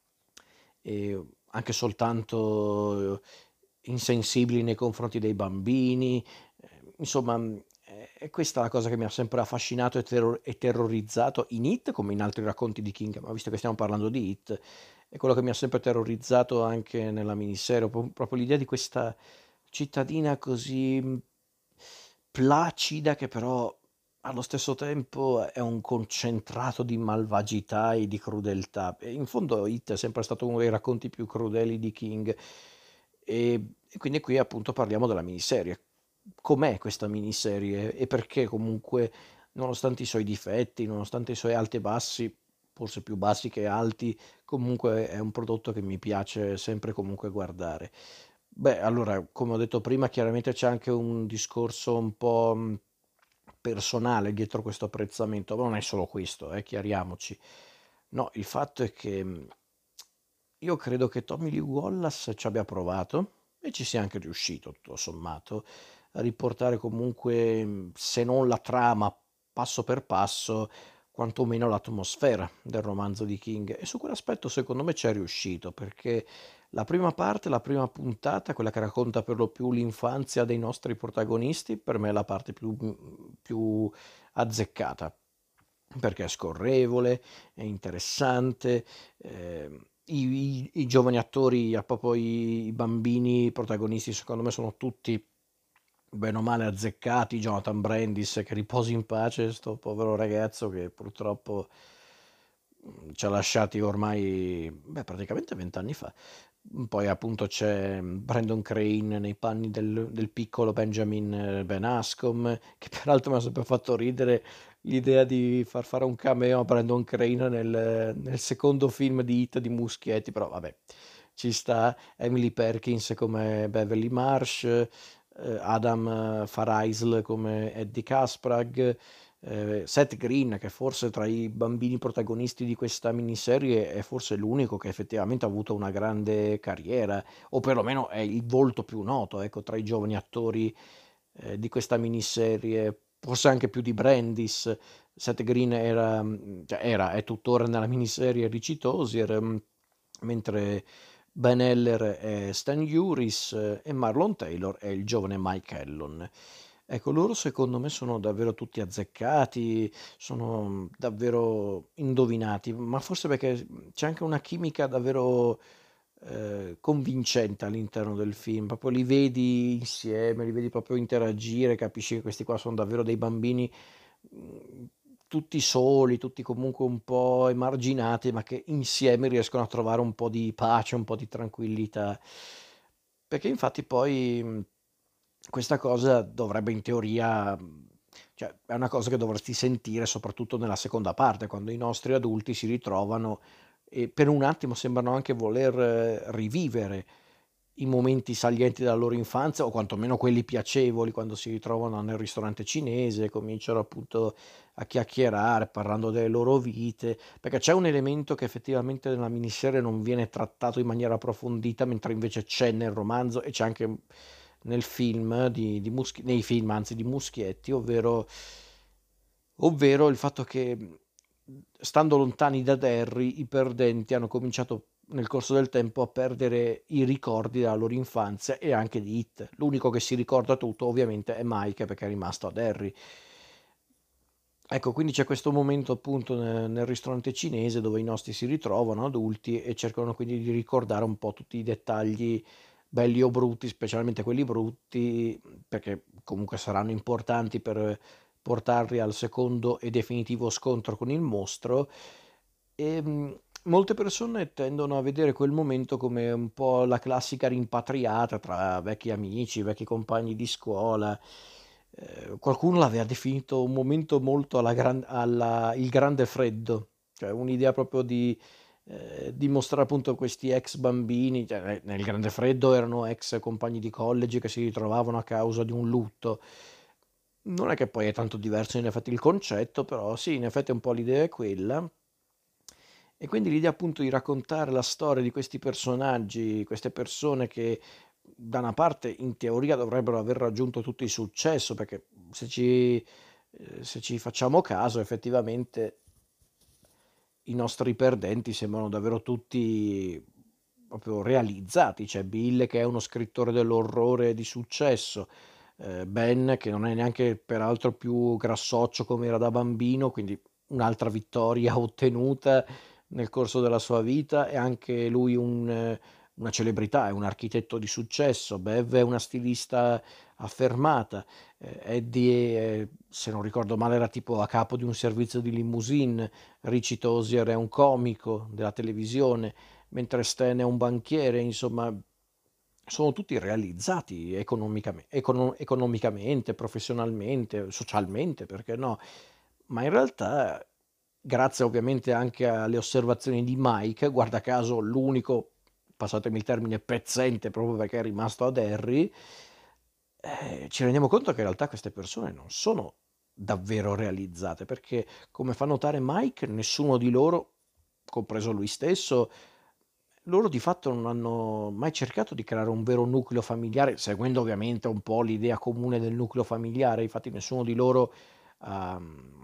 e anche soltanto insensibili nei confronti dei bambini. Eh, Insomma, eh, è questa la cosa che mi ha sempre affascinato e, terror- e terrorizzato in It, come in altri racconti di King, ma visto che stiamo parlando di It, è quello che mi ha sempre terrorizzato anche nella miniserie, pro- proprio l'idea di questa cittadina così mh, placida che però allo stesso tempo è un concentrato di malvagità e di crudeltà. E in fondo It è sempre stato uno dei racconti più crudeli di King. E, e quindi qui appunto parliamo della miniserie. Com'è questa miniserie e perché comunque, nonostante i suoi difetti, nonostante i suoi alti e bassi, forse più bassi che alti, comunque è un prodotto che mi piace sempre comunque guardare. Beh, allora, come ho detto prima, chiaramente c'è anche un discorso un po' mh, personale dietro questo apprezzamento, ma non è solo questo, eh, chiariamoci. No, il fatto è che mh, io credo che Tommy Lee Wallace ci abbia provato e ci sia anche riuscito, tutto sommato, a riportare comunque, mh, se non la trama passo per passo, quantomeno l'atmosfera del romanzo di King. E su quell'aspetto secondo me ci è riuscito, perché la prima parte, la prima puntata, quella che racconta per lo più l'infanzia dei nostri protagonisti, per me è la parte più, più azzeccata, perché è scorrevole, è interessante, eh, i, i- i giovani attori, a proprio i, i bambini protagonisti, secondo me sono tutti bene o male azzeccati. Jonathan Brandis, che riposi in pace, sto povero ragazzo che purtroppo mm, ci ha lasciati ormai, beh, praticamente vent'anni fa. Poi appunto c'è Brandon Crane nei panni del, del piccolo Benjamin eh, Ben Ascom, che peraltro mi ha sempre fatto ridere l'idea di far fare un cameo a Brandon Crane nel, nel secondo film di Hit di Muschietti, però vabbè, ci sta. Emily Perkins come Beverly Marsh, eh, Adam eh, Farisal come Eddie Kasprag, eh, Seth Green, che forse tra i bambini protagonisti di questa miniserie è forse l'unico che effettivamente ha avuto una grande carriera, o perlomeno è il volto più noto, ecco, tra i giovani attori eh, di questa miniserie, forse anche più di Brandis. Seth Green era, mm, cioè era, è tuttora nella miniserie Richie Tozier, mm, mentre Ben Heller è Stan Uris eh, e Marlon Taylor è il giovane Mike Ellon. Ecco, loro secondo me sono davvero tutti azzeccati, sono davvero indovinati, ma forse perché c'è anche una chimica davvero eh, convincente all'interno del film, proprio li vedi insieme, li vedi proprio interagire, capisci che questi qua sono davvero dei bambini mh, tutti soli, tutti comunque un po' emarginati, ma che insieme riescono a trovare un po' di pace, un po' di tranquillità. Perché infatti poi mh, Questa cosa dovrebbe in teoria mhmm, cioè è una cosa che dovresti sentire soprattutto nella seconda parte, quando i nostri adulti si ritrovano e per un attimo sembrano anche voler eh, rivivere i momenti salienti della loro infanzia o quantomeno quelli piacevoli quando si ritrovano nel ristorante cinese, cominciano appunto a chiacchierare parlando delle loro vite, perché c'è un elemento che effettivamente nella miniserie non viene trattato in maniera approfondita, mentre invece c'è nel romanzo e c'è anche nel film di, di Muschi- nei film anzi di Muschietti, ovvero, ovvero il fatto che mh, stando lontani da Derry i perdenti hanno cominciato nel corso del tempo a perdere i ricordi della loro infanzia e anche di It. L'unico che si ricorda tutto ovviamente è Mike perché è rimasto a Derry. Ecco, quindi c'è questo momento appunto ne- nel ristorante cinese dove i nostri si ritrovano adulti e cercano quindi di ricordare un po' tutti i dettagli belli o brutti, specialmente quelli brutti, perché comunque saranno importanti per portarli al secondo e definitivo scontro con il mostro. E mh, molte persone tendono a vedere quel momento come un po' la classica rimpatriata tra vecchi amici, vecchi compagni di scuola. Eh, qualcuno l'aveva definito un momento molto alla gran- alla- il grande freddo, cioè un'idea proprio di, eh, di mostrare appunto questi ex bambini, cioè, eh, nel grande freddo erano ex compagni di college che si ritrovavano a causa di un lutto. Non è che poi è tanto diverso in effetti il concetto, però sì, in effetti un po' l'idea è quella. E quindi l'idea appunto di raccontare la storia di questi personaggi, queste persone che da una parte in teoria dovrebbero aver raggiunto tutto il successo, perché se ci, eh, se ci facciamo caso effettivamente i nostri perdenti sembrano davvero tutti proprio realizzati. C'è Bill che è uno scrittore dell'orrore di successo, eh, Ben che non è neanche peraltro più grassoccio come era da bambino, quindi un'altra vittoria ottenuta nel corso della sua vita, e anche lui un, eh, una celebrità, è un architetto di successo. Bev è una stilista affermata. eh, Eddie, eh, se non ricordo male, era tipo a capo di un servizio di limousine. Richie Tozier è un comico della televisione, mentre Stan è un banchiere, insomma, sono tutti realizzati economicame- econo- economicamente, professionalmente, socialmente, perché no? Ma in realtà, grazie ovviamente anche alle osservazioni di Mike, guarda caso l'unico, passatemi il termine, pezzente proprio perché è rimasto ad Harry, eh, ci rendiamo conto che in realtà queste persone non sono davvero realizzate, perché come fa notare Mike, nessuno di loro, compreso lui stesso, loro di fatto non hanno mai cercato di creare un vero nucleo familiare, seguendo ovviamente un po' l'idea comune del nucleo familiare. Infatti nessuno di loro ha,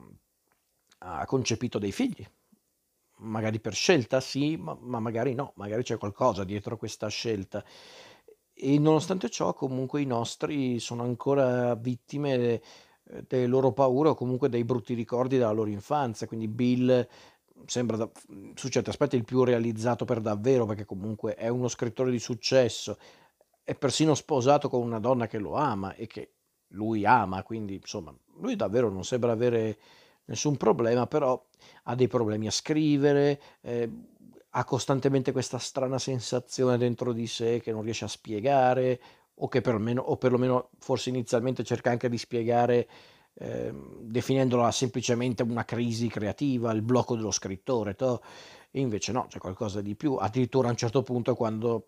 ha concepito dei figli. Magari per scelta sì, ma, ma magari no, magari c'è qualcosa dietro questa scelta. E nonostante ciò, comunque i nostri sono ancora vittime eh, delle loro paure o comunque dei brutti ricordi della loro infanzia. Quindi Bill sembra da- su certi aspetti il più realizzato per davvero, perché comunque è uno scrittore di successo, è persino sposato con una donna che lo ama e che lui ama, quindi insomma, lui davvero non sembra avere nessun problema, però ha dei problemi a scrivere, eh, ha costantemente questa strana sensazione dentro di sé che non riesce a spiegare, o che perlomeno, o perlomeno forse inizialmente cerca anche di spiegare, ehm, definendola semplicemente una crisi creativa, il blocco dello scrittore, toh. E invece no, c'è qualcosa di più. Addirittura a un certo punto quando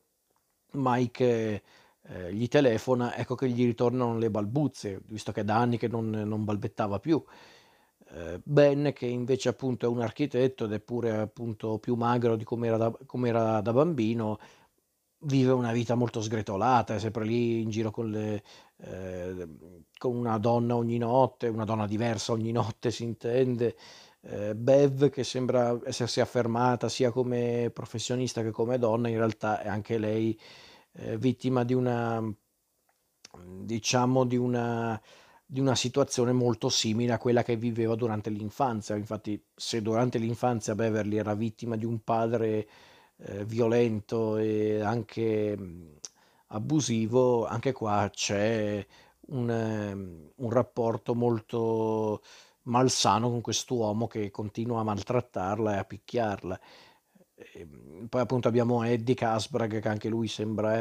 Mike eh, gli telefona, ecco che gli ritornano le balbuzie, visto che è da anni che non, non balbettava più. Eh, Ben, che invece appunto è un architetto ed è pure appunto più magro di come era da, come era da bambino, vive una vita molto sgretolata, è sempre lì in giro con, le, eh, con una donna ogni notte, una donna diversa ogni notte si intende. Eh, Bev, che sembra essersi affermata sia come professionista che come donna, in realtà è anche lei eh, vittima di una, diciamo, di una, di una situazione molto simile a quella che viveva durante l'infanzia. Infatti, se durante l'infanzia Beverly era vittima di un padre eh, violento e anche mh, abusivo, anche qua c'è un, ehm, un rapporto molto malsano con quest'uomo che continua a maltrattarla e a picchiarla. Ehm, poi appunto abbiamo Eddie Kasbrag che anche lui sembra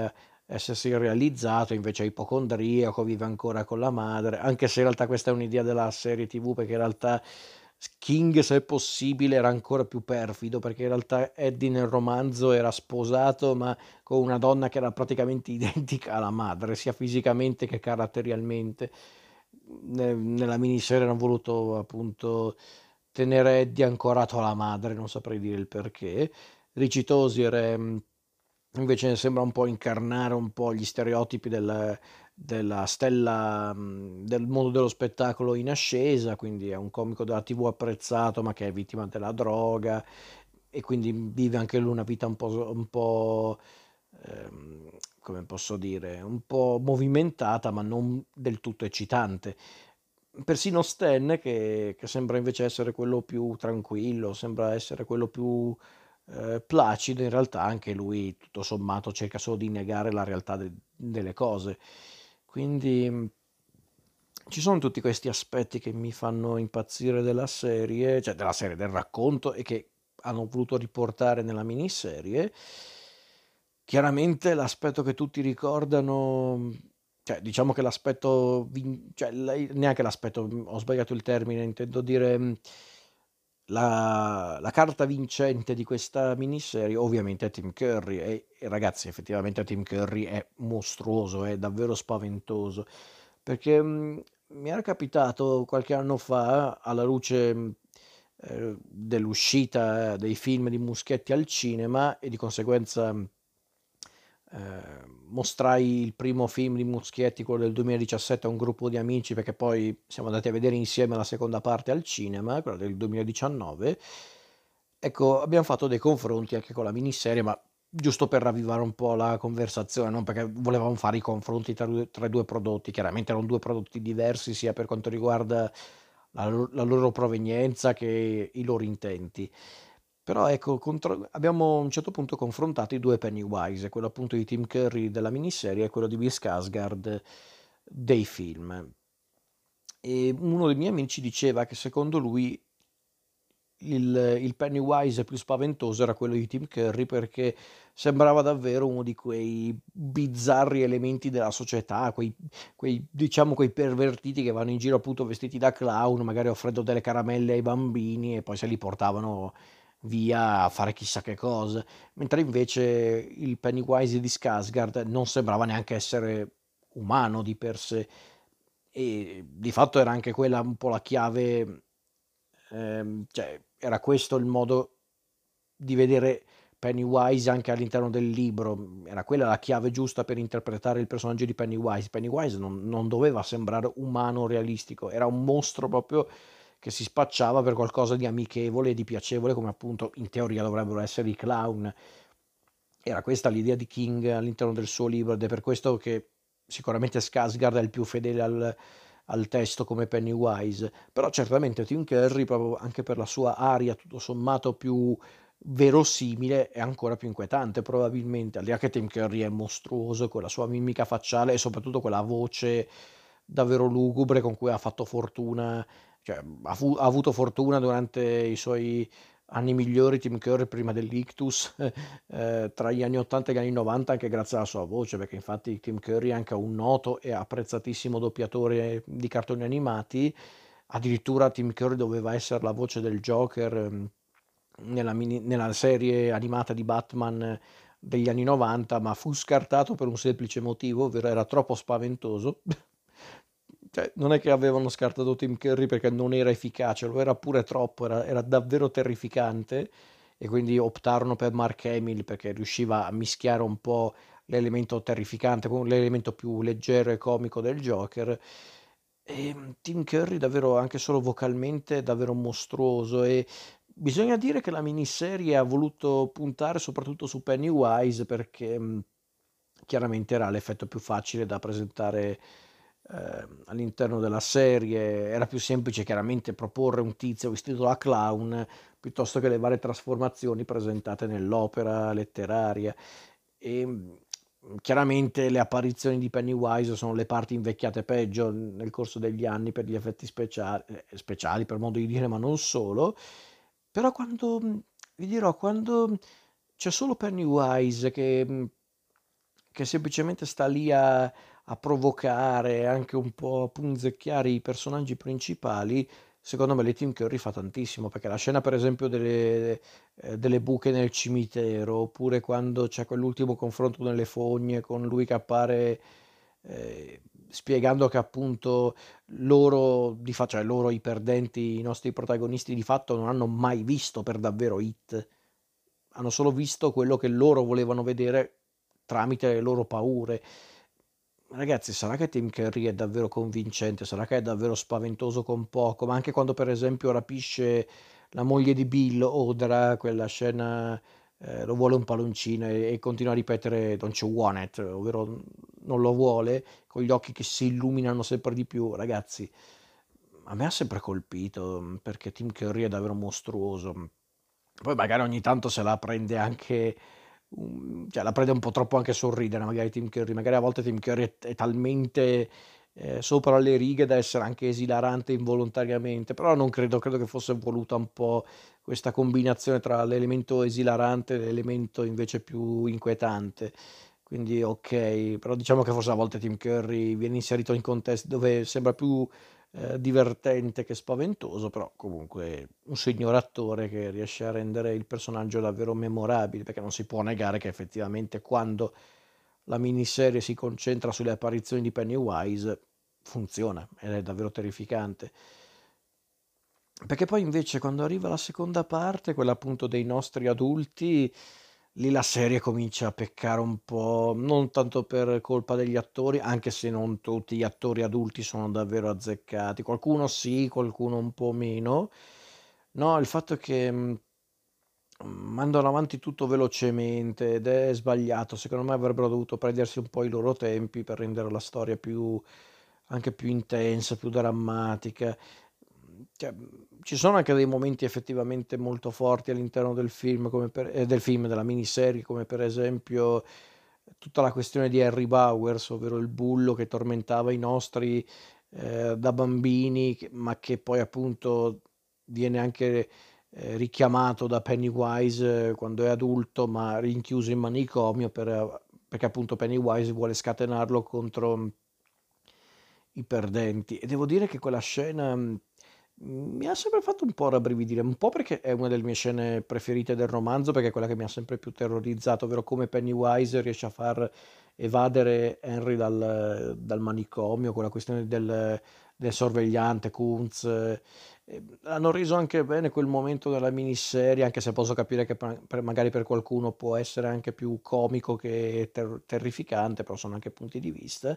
essersi realizzato, invece è ipocondriaco, vive ancora con la madre, anche se in realtà questa è un'idea della serie T V, perché in realtà King, se è possibile, era ancora più perfido, perché in realtà Eddie nel romanzo era sposato, ma con una donna che era praticamente identica alla madre, sia fisicamente che caratterialmente. Ne- Nella miniserie hanno voluto appunto tenere Eddie ancorato alla madre, non saprei dire il perché. Richie Tozier mh, invece sembra un po' incarnare un po' gli stereotipi del- della stella mh, del mondo dello spettacolo in ascesa, quindi è un comico della T V apprezzato ma che è vittima della droga e quindi vive anche lui una vita un po', un po' ehm, come posso dire, un po' movimentata ma non del tutto eccitante. Persino Stan, che, che sembra invece essere quello più tranquillo, sembra essere quello più eh, placido, in realtà anche lui tutto sommato cerca solo di negare la realtà de- delle cose. Quindi mh, ci sono tutti questi aspetti che mi fanno impazzire della serie, cioè della serie, del racconto e che hanno voluto riportare nella miniserie. Chiaramente l'aspetto che tutti ricordano, cioè diciamo che l'aspetto, vin- cioè lei- neanche l'aspetto, ho sbagliato il termine, intendo dire mh, la, la carta vincente di questa miniserie ovviamente è Tim Curry e, e ragazzi effettivamente Tim Curry è mostruoso, è davvero spaventoso, perché mh, mi era capitato qualche anno fa alla luce mh, eh, dell'uscita dei film di Muschietti al cinema e di conseguenza mh, eh, mostrai il primo film di Muschietti, quello del duemiladiciassette, a un gruppo di amici perché poi siamo andati a vedere insieme la seconda parte al cinema, quella del duemiladiciannove. Ecco, abbiamo fatto dei confronti anche con la miniserie, ma giusto per ravvivare un po' la conversazione, non perché volevamo fare i confronti tra, due- tra i due prodotti. Chiaramente erano due prodotti diversi sia per quanto riguarda la, lo- la loro provenienza che i loro intenti. Però ecco, contro- abbiamo a un certo punto confrontato i due Pennywise, quello appunto di Tim Curry della miniserie e quello di Bill Skarsgård dei film. E uno dei miei amici diceva che secondo lui il, il Pennywise più spaventoso era quello di Tim Curry perché sembrava davvero uno di quei bizzarri elementi della società, quei, quei, diciamo quei pervertiti che vanno in giro appunto vestiti da clown, magari offrendo delle caramelle ai bambini e poi se li portavano via a fare chissà che cosa, mentre invece il Pennywise di Skarsgård non sembrava neanche essere umano di per sé e di fatto era anche quella un po' la chiave, ehm, cioè era questo il modo di vedere Pennywise anche all'interno del libro, era quella la chiave giusta per interpretare il personaggio di Pennywise. Pennywise non, non doveva sembrare umano o realistico, era un mostro proprio che si spacciava per qualcosa di amichevole e di piacevole, come appunto in teoria dovrebbero essere i clown. Era questa l'idea di King all'interno del suo libro ed è per questo che sicuramente Skarsgård è il più fedele al, al testo come Pennywise, però certamente Tim Curry, proprio anche per la sua aria tutto sommato più verosimile, è ancora più inquietante probabilmente, al di là che Tim Curry è mostruoso con la sua mimica facciale e soprattutto quella voce davvero lugubre con cui ha fatto fortuna, cioè ha, fu- ha avuto fortuna durante i suoi anni migliori Tim Curry prima dell'ictus, eh, tra gli anni ottanta e gli anni novanta anche grazie alla sua voce, perché infatti Tim Curry è anche un noto e apprezzatissimo doppiatore di cartoni animati. Addirittura Tim Curry doveva essere la voce del Joker ehm, nella, mini- nella serie animata di Batman degli anni novanta, ma fu scartato per un semplice motivo, ovvero era troppo spaventoso. Cioè, non è che avevano scartato Tim Curry perché non era efficace, lo era pure troppo, era, era davvero terrificante e quindi optarono per Mark Hamill perché riusciva a mischiare un po' l'elemento terrificante con l'elemento più leggero e comico del Joker. E Tim Curry davvero anche solo vocalmente è davvero mostruoso e bisogna dire che la miniserie ha voluto puntare soprattutto su Pennywise perché mh, chiaramente era l'effetto più facile da presentare eh, all'interno della serie, era più semplice chiaramente proporre un tizio vestito da clown piuttosto che le varie trasformazioni presentate nell'opera letteraria. E mh, chiaramente le apparizioni di Pennywise sono le parti invecchiate peggio nel corso degli anni per gli effetti speciali, eh, speciali per modo di dire, ma non solo. Però quando, mh, vi dirò, quando c'è solo Pennywise che mh, che semplicemente sta lì a, a provocare, anche un po' a punzecchiare i personaggi principali, secondo me le Tim Curry fa tantissimo, perché la scena per esempio delle, eh, delle buche nel cimitero, oppure quando c'è quell'ultimo confronto nelle fogne con lui che appare eh, spiegando che appunto loro, di fa- cioè loro i perdenti, i nostri protagonisti di fatto non hanno mai visto per davvero It, hanno solo visto quello che loro volevano vedere tramite le loro paure. Ragazzi, sarà che Tim Curry è davvero convincente, sarà che è davvero spaventoso con poco, ma anche quando per esempio rapisce la moglie di Bill, Odra, quella scena, eh, lo vuole un palloncino e, e continua a ripetere Don't you want it, ovvero non lo vuole, con gli occhi che si illuminano sempre di più. Ragazzi, a me ha sempre colpito, perché Tim Curry è davvero mostruoso. Poi magari ogni tanto se la prende anche, um, cioè la prende un po' troppo anche sul ridere, magari Tim Curry, magari a volte Tim Curry è, è talmente eh, sopra le righe da essere anche esilarante involontariamente, però non credo, credo che fosse voluta un po' questa combinazione tra l'elemento esilarante e l'elemento invece più inquietante. Quindi ok, però diciamo che forse a volte Tim Curry viene inserito in contesti dove sembra più eh, divertente che spaventoso, però comunque un signor attore che riesce a rendere il personaggio davvero memorabile, perché non si può negare che effettivamente quando la miniserie si concentra sulle apparizioni di Pennywise funziona ed è davvero terrificante. Perché poi invece quando arriva la seconda parte, quella appunto dei nostri adulti, lì la serie comincia a peccare un po', non tanto per colpa degli attori, anche se non tutti gli attori adulti sono davvero azzeccati, qualcuno sì, qualcuno un po' meno. No, il fatto è che mh, mandano avanti tutto velocemente ed è sbagliato. Secondo me avrebbero dovuto prendersi un po' i loro tempi per rendere la storia più, anche più intensa, più drammatica. Cioè, ci sono anche dei momenti effettivamente molto forti all'interno del film, come per, eh, del film, della miniserie, come per esempio tutta la questione di Harry Bowers, ovvero il bullo che tormentava i nostri eh, da bambini, che- ma che poi appunto viene anche eh, richiamato da Pennywise eh, quando è adulto, ma rinchiuso in manicomio per, eh, perché appunto Pennywise vuole scatenarlo contro i perdenti. E devo dire che quella scena mh, mi ha sempre fatto un po' rabbrividire, un po' perché è una delle mie scene preferite del romanzo, perché è quella che mi ha sempre più terrorizzato, ovvero come Pennywise riesce a far evadere Henry dal, dal manicomio, con la questione del, del sorvegliante Kunz. eh, e hanno reso anche bene quel momento della miniserie, anche se posso capire che per- per- magari per qualcuno può essere anche più comico che ter- terrificante, però sono anche punti di vista.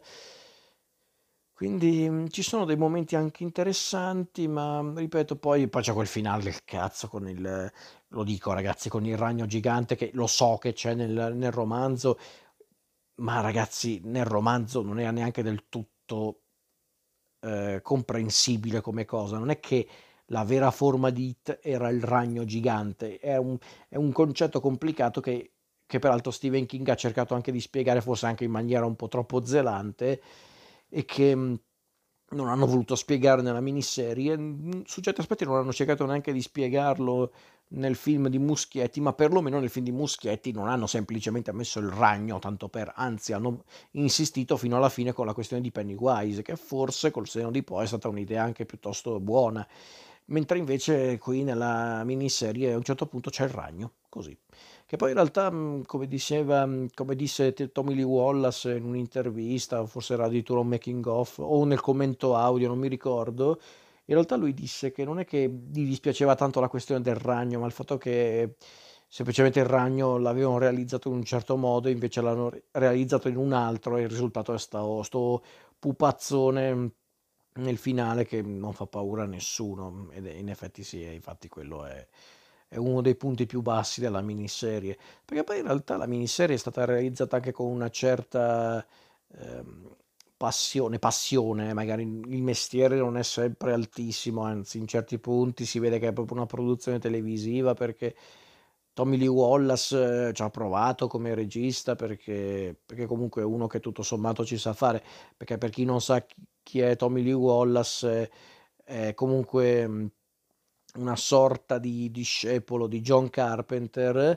Quindi mh, ci sono dei momenti anche interessanti, ma mh, ripeto, poi, poi c'è quel finale del cazzo con il, lo dico ragazzi, con il ragno gigante che lo so che c'è nel, nel romanzo, ma ragazzi, nel romanzo non era neanche del tutto eh, comprensibile come cosa. Non è che la vera forma di It era il ragno gigante, è un, è un concetto complicato che, che peraltro Stephen King ha cercato anche di spiegare, forse anche in maniera un po' troppo zelante, e che mh, non hanno voluto spiegare nella miniserie. Mh, Su certi aspetti non hanno cercato neanche di spiegarlo nel film di Muschietti, ma perlomeno nel film di Muschietti non hanno semplicemente messo il ragno tanto per, anzi hanno insistito fino alla fine con la questione di Pennywise, che forse col senno di poi è stata un'idea anche piuttosto buona, mentre invece qui nella miniserie a un certo punto c'è il ragno, così. Che poi in realtà, mh, come diceva, mh, come disse T- Tommy Lee Wallace in un'intervista, forse era addirittura un making of, o nel commento audio, non mi ricordo, in realtà lui disse che non è che gli dispiaceva tanto la questione del ragno, ma il fatto che semplicemente il ragno l'avevano realizzato in un certo modo, invece l'hanno re- realizzato in un altro, e il risultato è stato sto pupazzone mh, nel finale che non fa paura a nessuno. Ed è- in effetti sì, e infatti quello è, è uno dei punti più bassi della miniserie. Perché poi in realtà la miniserie è stata realizzata anche con una certa ehm, passione, passione, magari il mestiere non è sempre altissimo, anzi in certi punti si vede che è proprio una produzione televisiva, perché Tommy Lee Wallace eh, ci ha provato come regista, perché, perché comunque è uno che tutto sommato ci sa fare, perché per chi non sa chi chi è Tommy Lee Wallace, eh, è comunque mh, una sorta di discepolo di John Carpenter,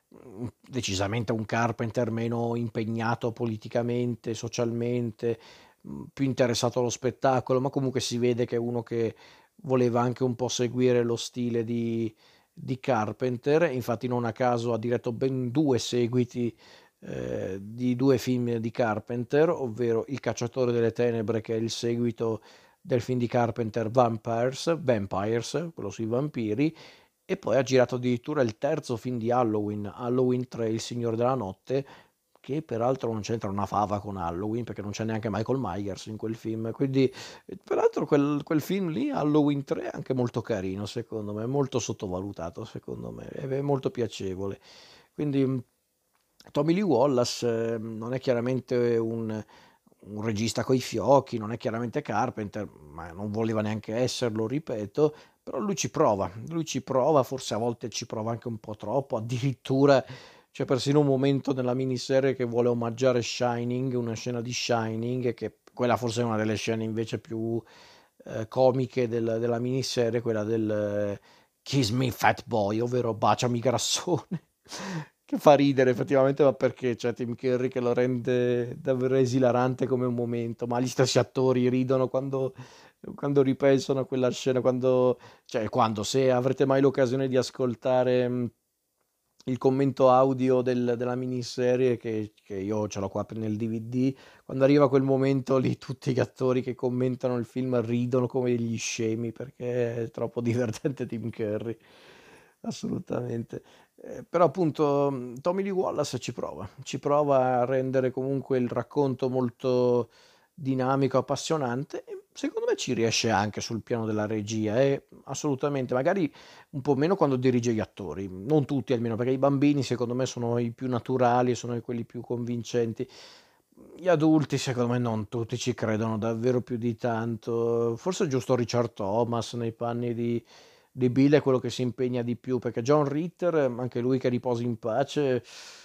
mhmm, decisamente un Carpenter meno impegnato politicamente, socialmente, mhmm, più interessato allo spettacolo, ma comunque si vede che è uno che voleva anche un po' seguire lo stile di di Carpenter, e infatti non a caso ha diretto ben due seguiti, ehm, di due film di Carpenter, ovvero Il cacciatore delle tenebre, che è il seguito del film di Carpenter Vampires Vampires, quello sui vampiri, e poi ha girato addirittura il terzo film di Halloween, Halloween tre, Il Signore della Notte, che peraltro non c'entra una fava con Halloween, perché non c'è neanche Michael Myers in quel film. Quindi, eh, peraltro, quel, quel film lì, Halloween tre, è anche molto carino, secondo me, molto sottovalutato, secondo me, è molto piacevole. Quindi, mh, Tommy Lee Wallace eh, non è chiaramente un, un regista coi fiocchi, non è chiaramente Carpenter, ma non voleva neanche esserlo, ripeto, però lui ci prova, lui ci prova, forse a volte ci prova anche un po' troppo, addirittura c'è persino un momento nella miniserie che vuole omaggiare Shining, una scena di Shining, che quella forse è una delle scene invece più eh, comiche del- della miniserie, quella del eh, Kiss Me Fat Boy, ovvero baciami grassone, che fa ridere effettivamente, ma perché c'è Tim Curry che lo rende davvero esilarante come un momento, ma gli stessi attori ridono quando, quando ripensano a quella scena, quando, cioè quando, se avrete mai l'occasione di ascoltare mh, il commento audio del- della miniserie, che, che io ce l'ho qua nel D V D, quando arriva quel momento lì tutti gli attori che commentano il film ridono come degli scemi perché è troppo divertente Tim Curry, assolutamente. Eh, però appunto mh, Tommy Lee Wallace ci prova, ci prova a rendere comunque il racconto molto dinamico, appassionante, e secondo me ci riesce anche sul piano della regia, eh, assolutamente, magari un po' meno quando dirige gli attori, non tutti almeno, perché i bambini secondo me sono i più naturali, sono quelli più convincenti. Gli adulti secondo me non tutti ci credono davvero più di tanto. Forse è giusto Richard Thomas nei panni di, di Bill è quello che si impegna di più, perché John Ritter, anche lui che riposi in pace,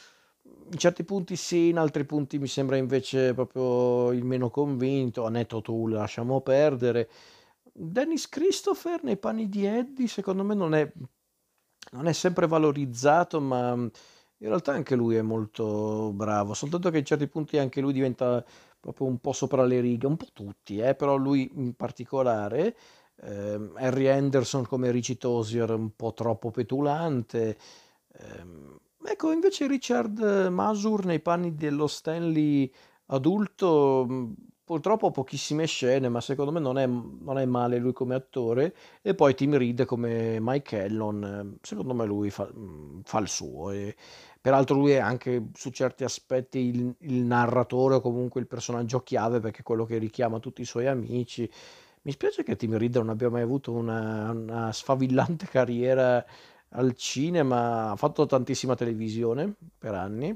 in certi punti sì, in altri punti mi sembra invece proprio il meno convinto. Annetto tu, lasciamo perdere. Dennis Christopher nei panni di Eddie, secondo me non è, non è sempre valorizzato, ma mm, in realtà anche lui è molto bravo, soltanto che in certi punti anche lui diventa proprio un po' sopra le righe, un po' tutti, eh, però lui in particolare. Ehm, Harry Anderson come Richie Tozier un po' troppo petulante. Ehm, ecco, invece Richard Masur nei panni dello Stanley adulto, mh, purtroppo pochissime scene, ma secondo me non è, non è male lui come attore. E poi Tim Reed come Mike Ellon, eh, secondo me lui fa, mh, fa il suo. E peraltro lui è anche su certi aspetti il, il narratore o comunque il personaggio chiave, perché è quello che richiama tutti i suoi amici. Mi spiace che Tim Reed non abbia mai avuto una, una sfavillante carriera al cinema, ha fatto tantissima televisione per anni.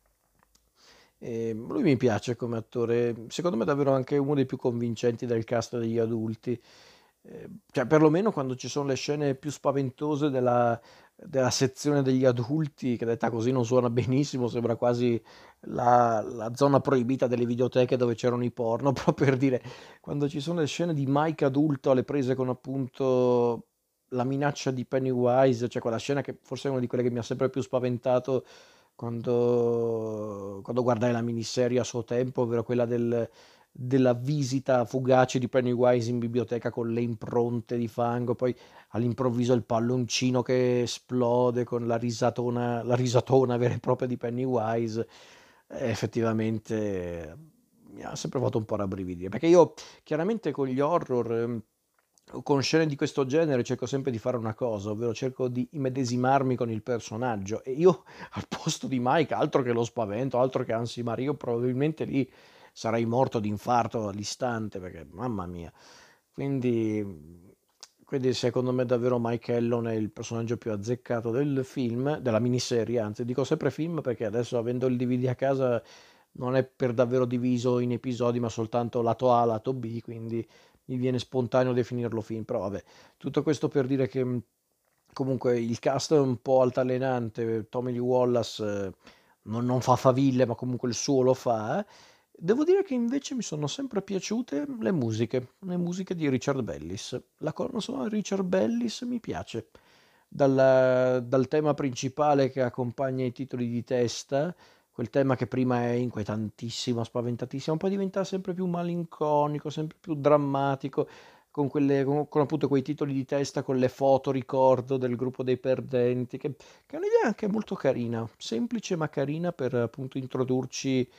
E lui mi piace come attore, secondo me è davvero anche uno dei più convincenti del cast degli adulti. Eh, cioè, perlomeno quando ci sono le scene più spaventose della, della sezione degli adulti, che detta così non suona benissimo, sembra quasi la, la zona proibita delle videoteche dove c'erano i porno, però per dire, quando ci sono le scene di Mike adulto alle prese con appunto la minaccia di Pennywise, cioè quella scena che forse è una di quelle che mi ha sempre più spaventato quando, quando guardai la miniserie a suo tempo, ovvero quella del- della visita fugace di Pennywise in biblioteca con le impronte di fango, poi all'improvviso il palloncino che esplode con la risatona, la risatona vera e propria di Pennywise. Eh, effettivamente mi ha sempre fatto un po' rabbrividire, perché io chiaramente con gli horror, ehm, o con scene di questo genere, cerco sempre di fare una cosa, ovvero cerco di immedesimarmi con il personaggio, e io al posto di Mike, altro che lo spavento, altro che ansimare, io probabilmente lì sarei morto di infarto all'istante, perché mamma mia. Quindi, quindi secondo me davvero Mike Ellon è il personaggio più azzeccato del film, della miniserie, anzi dico sempre film perché adesso, avendo il D V D a casa, non è per davvero diviso in episodi, ma soltanto lato A, lato B, quindi mi viene spontaneo definirlo film. Però vabbè, tutto questo per dire che mh, comunque il cast è un po' altalenante. Tommy Lee Wallace eh, non, non fa faville, ma comunque il suo lo fa. Devo dire che invece mi sono sempre piaciute le musiche, le musiche di Richard Bellis. La colonna sonora di Richard Bellis mi piace. dal, dal tema principale che accompagna i titoli di testa, quel tema che prima è inquietantissimo, spaventatissimo, poi diventa sempre più malinconico, sempre più drammatico, con, quelle, con, con appunto quei titoli di testa, con le foto ricordo del gruppo dei perdenti, che, che è un'idea anche molto carina, semplice ma carina per appunto introdurci,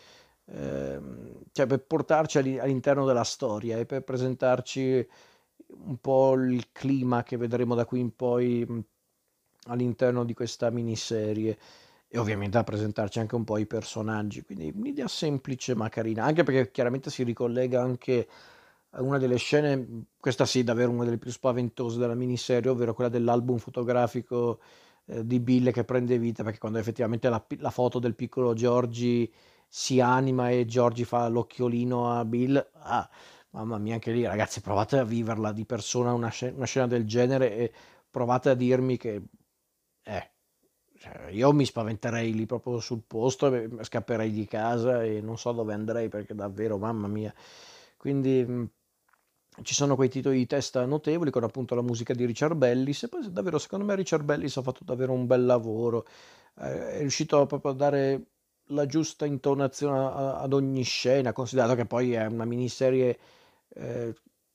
ehm, cioè per portarci all'i- all'interno della storia e per presentarci un po' il clima che vedremo da qui in poi mh, all'interno di questa miniserie e ovviamente a presentarci anche un po' i personaggi, quindi un'idea semplice ma carina, anche perché chiaramente si ricollega anche a una delle scene, questa sì, davvero una delle più spaventose della miniserie, ovvero quella dell'album fotografico eh, di Bill che prende vita, perché quando effettivamente la, pi- la foto del piccolo Georgie si anima e Georgie fa l'occhiolino a Bill, ah, mamma mia, anche lì ragazzi, provate a viverla di persona una, sce- una scena del genere e provate a dirmi che, eh, cioè, io mi spaventerei lì proprio sul posto, e scapperei di casa e non so dove andrei perché davvero, mamma mia. Quindi mh, ci sono quei titoli di testa notevoli con appunto la musica di Richard Bellis e poi davvero secondo me Richard Bellis ha fatto davvero un bel lavoro, eh, è riuscito proprio a dare la giusta intonazione a- ad ogni scena, considerato che poi è una miniserie eh,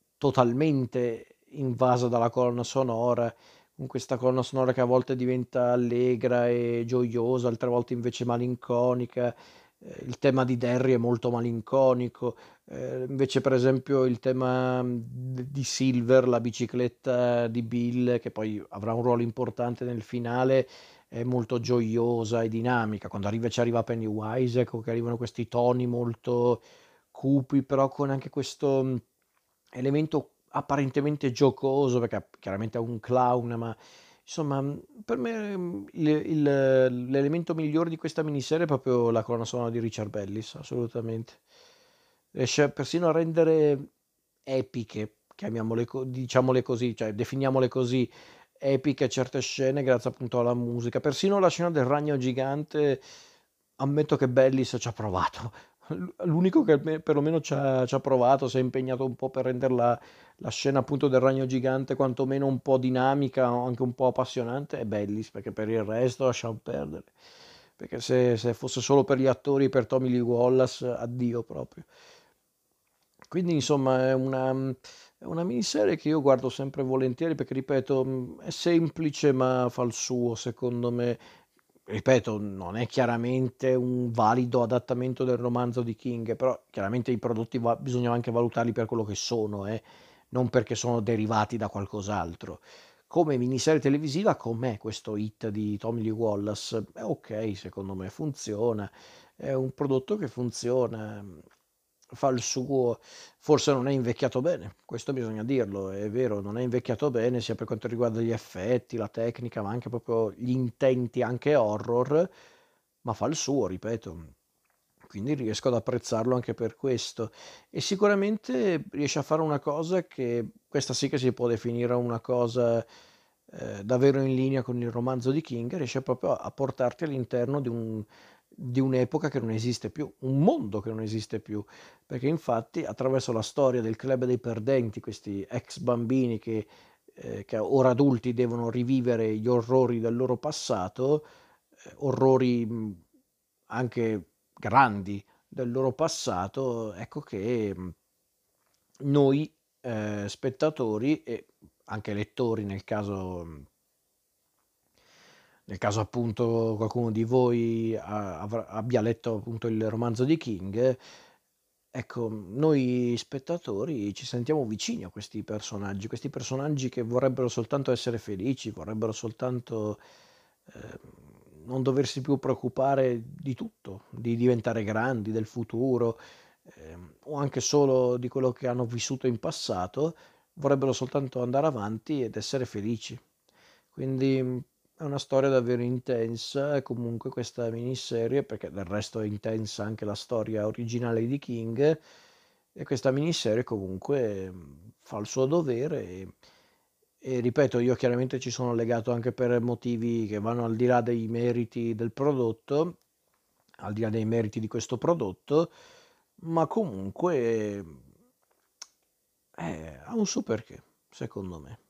totalmente invasa dalla colonna sonora, con questa colonna sonora che a volte diventa allegra e gioiosa, altre volte invece malinconica. Eh, il tema di Derry è molto malinconico, eh, invece per esempio il tema mh, di Silver, la bicicletta di Bill, che poi avrà un ruolo importante nel finale, è molto gioiosa e dinamica. Quando arriva, ci arriva Pennywise, ecco che arrivano questi toni molto cupi, però con anche questo mh, elemento apparentemente giocoso, perché chiaramente è un clown, ma insomma, mh, per me mh, il- il- l'elemento migliore di questa miniserie è proprio la colonna sonora di Richard Bellis, assolutamente. Riesce persino a rendere epiche, chiamiamole, co- diciamole così, cioè definiamole così, epiche certe scene grazie appunto alla musica. Persino la scena del ragno gigante, ammetto che Bellis ci ha provato. L'unico che alme- perlomeno ci ha, ci ha provato, si è impegnato un po' per rendere la, la scena appunto del ragno gigante quantomeno un po' dinamica, anche un po' appassionante, è Bellis, perché per il resto lasciamo perdere. Perché se, se fosse solo per gli attori, per Tommy Lee Wallace, addio proprio. Quindi insomma è una, è una miniserie che io guardo sempre volentieri perché, ripeto, mh, è semplice ma fa il suo, secondo me. Ripeto, non è chiaramente un valido adattamento del romanzo di King, però chiaramente i prodotti va- bisogna anche valutarli per quello che sono, eh, non perché sono derivati da qualcos'altro. Come miniserie televisiva, com'è questo hit di Tommy Lee Wallace? È ok, secondo me funziona, è un prodotto che funziona, fa il suo, forse non è invecchiato bene, questo bisogna dirlo, è vero, non è invecchiato bene sia per quanto riguarda gli effetti, la tecnica, ma anche proprio gli intenti anche horror, ma fa il suo, ripeto. Quindi riesco ad apprezzarlo anche per questo. E sicuramente riesce a fare una cosa che, questa sì che si può definire una cosa eh, davvero in linea con il romanzo di King, riesce proprio a portarti all'interno di un, di un'epoca che non esiste più, un mondo che non esiste più, perché infatti attraverso la storia del club dei perdenti, questi ex bambini che, eh, che ora adulti devono rivivere gli orrori del loro passato, eh, orrori mh, anche grandi del loro passato, ecco che mh, noi eh, spettatori e anche lettori nel caso, mh, nel caso appunto qualcuno di voi a- avrà- abbia letto appunto il romanzo di King, ecco, noi spettatori ci sentiamo vicini a questi personaggi, questi personaggi che vorrebbero soltanto essere felici, vorrebbero soltanto eh, non doversi più preoccupare di tutto, di diventare grandi, del futuro, ehm, o anche solo di quello che hanno vissuto in passato, vorrebbero soltanto andare avanti ed essere felici. Quindi mh, è una storia davvero intensa e comunque questa miniserie, perché del resto è intensa anche la storia originale di King, e questa miniserie comunque mh, fa il suo dovere e, e ripeto, io chiaramente ci sono legato anche per motivi che vanno al di là dei meriti del prodotto, al di là dei meriti di questo prodotto, ma comunque eh, ha un suo perché, secondo me.